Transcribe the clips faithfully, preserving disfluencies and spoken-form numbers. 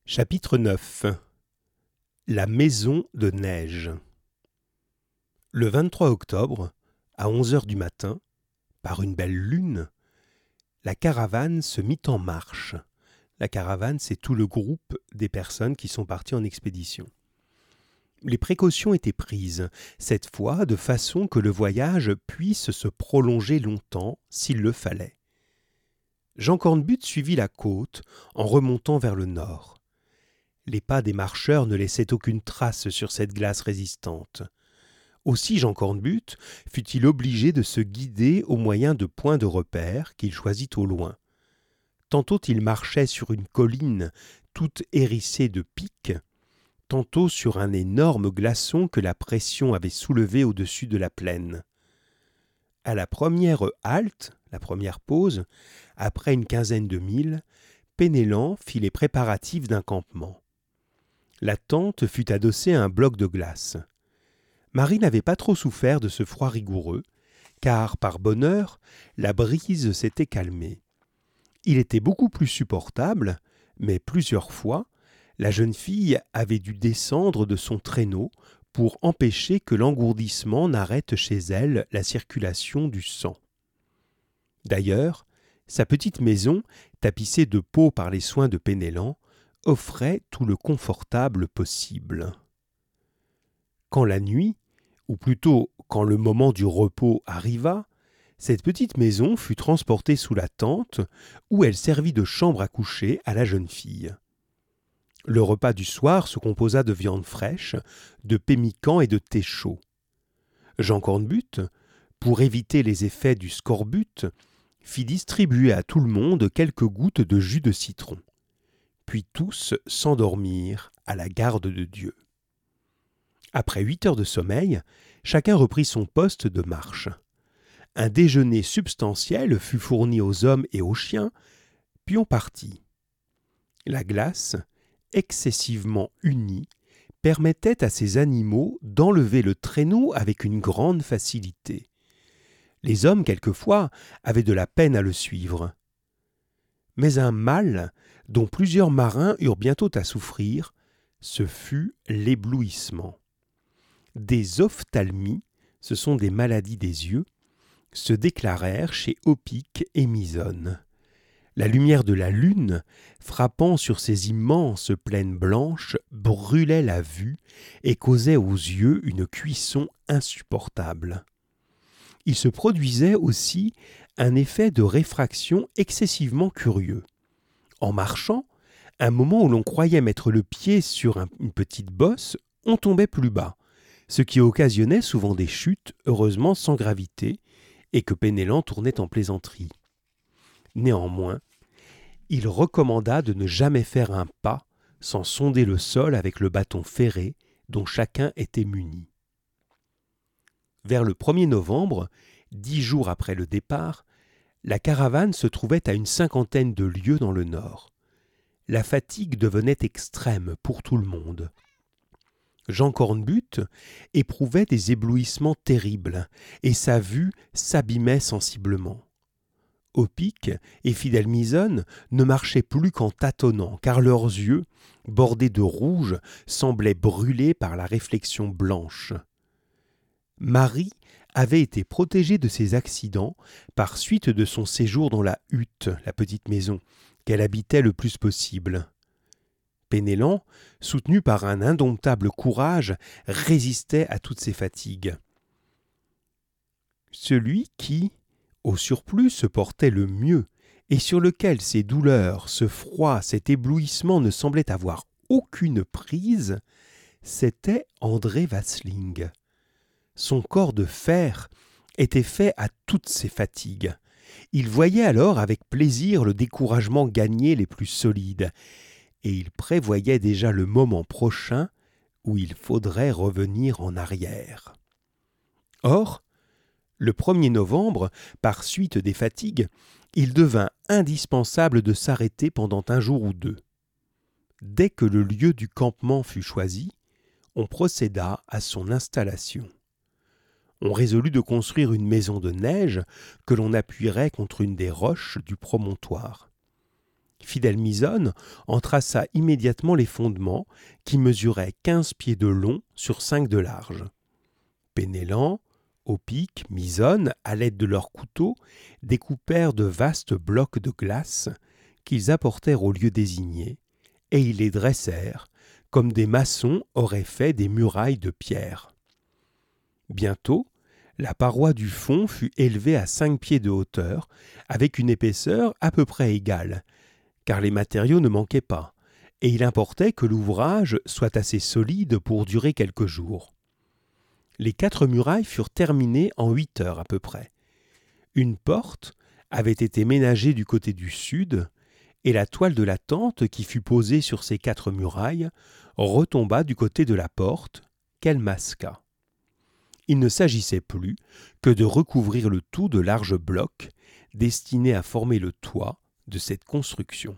Chapitre neuf. La maison de neige. Le vingt-trois octobre, à onze heures du matin, par une belle lune, la caravane se mit en marche. La caravane, c'est tout le groupe des personnes qui sont parties en expédition. Les précautions étaient prises, cette fois de façon que le voyage puisse se prolonger longtemps s'il le fallait. Jean Cornbutte suivit la côte en remontant vers le nord. Les pas des marcheurs ne laissaient aucune trace sur cette glace résistante. Aussi Jean Cornbutte fut-il obligé de se guider au moyen de points de repère qu'il choisit au loin. Tantôt il marchait sur une colline toute hérissée de pics, tantôt sur un énorme glaçon que la pression avait soulevé au-dessus de la plaine. À la première halte, la première pause, après une quinzaine de milles, Penellan fit les préparatifs d'un campement. La tente fut adossée à un bloc de glace. Marie n'avait pas trop souffert de ce froid rigoureux, car, par bonheur, la brise s'était calmée. Il était beaucoup plus supportable, mais plusieurs fois, la jeune fille avait dû descendre de son traîneau pour empêcher que l'engourdissement n'arrête chez elle la circulation du sang. D'ailleurs, sa petite maison, tapissée de peaux par les soins de Penellan, offrait tout le confortable possible. Quand la nuit, ou plutôt quand le moment du repos arriva, cette petite maison fut transportée sous la tente, où elle servit de chambre à coucher à la jeune fille. Le repas du soir se composa de viande fraîche, de pemmican et de thé chaud. Jean Cornbutte, pour éviter les effets du scorbut, fit distribuer à tout le monde quelques gouttes de jus de citron. Puis tous s'endormirent à la garde de Dieu. Après huit heures de sommeil, chacun reprit son poste de marche. Un déjeuner substantiel fut fourni aux hommes et aux chiens, puis on partit. La glace, excessivement unie, permettait à ces animaux d'enlever le traîneau avec une grande facilité. Les hommes, quelquefois, avaient de la peine à le suivre. Mais un mal, dont plusieurs marins eurent bientôt à souffrir, ce fut l'éblouissement. Des ophtalmies, ce sont des maladies des yeux, se déclarèrent chez Opic et Misonne. La lumière de la lune, frappant sur ces immenses plaines blanches, brûlait la vue et causait aux yeux une cuisson insupportable. Il se produisait aussi un effet de réfraction excessivement curieux. En marchant, un moment où l'on croyait mettre le pied sur un, une petite bosse, on tombait plus bas, ce qui occasionnait souvent des chutes, heureusement sans gravité, et que Penellan tournait en plaisanterie. Néanmoins, il recommanda de ne jamais faire un pas sans sonder le sol avec le bâton ferré dont chacun était muni. Vers le premier novembre, dix jours après le départ, la caravane se trouvait à une cinquantaine de lieues dans le nord. La fatigue devenait extrême pour tout le monde. Jean Cornbutte éprouvait des éblouissements terribles et sa vue s'abîmait sensiblement. Opic et Fidèle Misonne ne marchaient plus qu'en tâtonnant, car leurs yeux, bordés de rouge, semblaient brûlés par la réflexion blanche. Marie avait été protégée de ces accidents par suite de son séjour dans la hutte, la petite maison, qu'elle habitait le plus possible. Penellan, soutenu par un indomptable courage, résistait à toutes ces fatigues. Celui qui, au surplus, se portait le mieux, et sur lequel ces douleurs, ce froid, cet éblouissement ne semblaient avoir aucune prise, c'était André Vasling. Son corps de fer était fait à toutes ces fatigues. Il voyait alors avec plaisir le découragement gagner les plus solides, et il prévoyait déjà le moment prochain où il faudrait revenir en arrière. Or, le premier novembre, par suite des fatigues, il devint indispensable de s'arrêter pendant un jour ou deux. Dès que le lieu du campement fut choisi, on procéda à son installation. On résolut de construire une maison de neige que l'on appuierait contre une des roches du promontoire. Fidèle-Misonne en traça immédiatement les fondements, qui mesuraient quinze pieds de long sur cinq de large. Penellan, Opic, Misonne, à l'aide de leurs couteaux, découpèrent de vastes blocs de glace qu'ils apportèrent au lieu désigné, et ils les dressèrent, comme des maçons auraient fait des murailles de pierre. Bientôt, la paroi du fond fut élevée à cinq pieds de hauteur, avec une épaisseur à peu près égale, car les matériaux ne manquaient pas, et il importait que l'ouvrage soit assez solide pour durer quelques jours. Les quatre murailles furent terminées en huit heures à peu près. Une porte avait été ménagée du côté du sud, et la toile de la tente qui fut posée sur ces quatre murailles retomba du côté de la porte, qu'elle masqua. Il ne s'agissait plus que de recouvrir le tout de larges blocs destinés à former le toit de cette construction.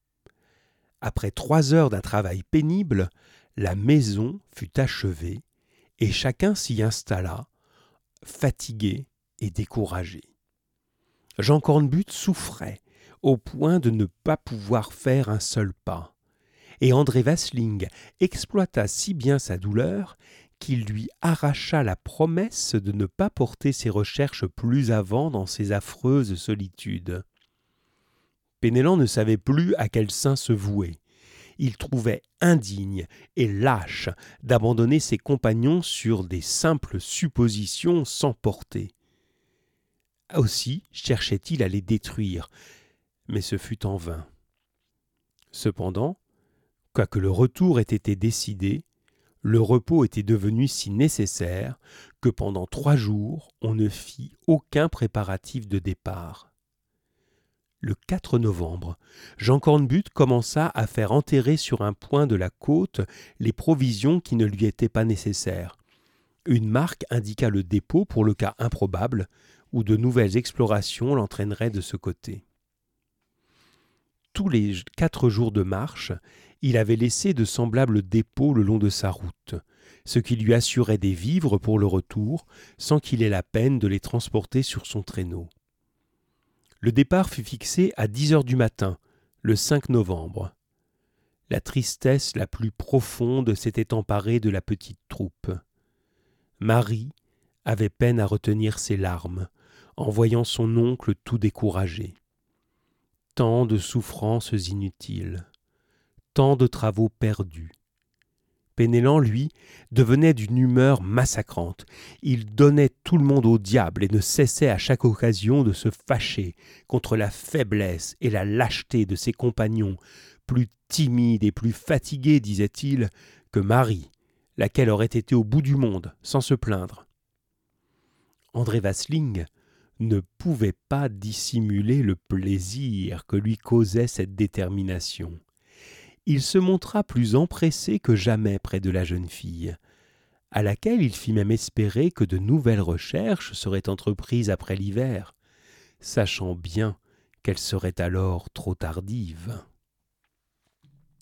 Après trois heures d'un travail pénible, la maison fut achevée et chacun s'y installa, fatigué et découragé. Jean Cornbutte souffrait au point de ne pas pouvoir faire un seul pas, et André Vasling exploita si bien sa douleur qu'il lui arracha la promesse de ne pas porter ses recherches plus avant dans ces affreuses solitudes. Penellan ne savait plus à quel saint se vouer. Il trouvait indigne et lâche d'abandonner ses compagnons sur des simples suppositions sans portée. Aussi cherchait-il à les détruire, mais ce fut en vain. Cependant, quoique le retour ait été décidé, le repos était devenu si nécessaire que pendant trois jours on ne fit aucun préparatif de départ. Le quatre novembre, Jean Cornbutte commença à faire enterrer sur un point de la côte les provisions qui ne lui étaient pas nécessaires. Une marque indiqua le dépôt pour le cas improbable où de nouvelles explorations l'entraîneraient de ce côté. Tous les quatre jours de marche, il avait laissé de semblables dépôts le long de sa route, ce qui lui assurait des vivres pour le retour sans qu'il ait la peine de les transporter sur son traîneau. Le départ fut fixé à dix heures du matin, le cinq novembre. La tristesse la plus profonde s'était emparée de la petite troupe. Marie avait peine à retenir ses larmes en voyant son oncle tout découragé. Tant de souffrances inutiles, tant de travaux perdus. Penellan, lui, devenait d'une humeur massacrante. Il donnait tout le monde au diable et ne cessait à chaque occasion de se fâcher contre la faiblesse et la lâcheté de ses compagnons, plus timides et plus fatigués, disait-il, que Marie, laquelle aurait été au bout du monde sans se plaindre. André Vasling ne pouvait pas dissimuler le plaisir que lui causait cette détermination. Il se montra plus empressé que jamais près de la jeune fille, à laquelle il fit même espérer que de nouvelles recherches seraient entreprises après l'hiver, sachant bien qu'elles seraient alors trop tardives.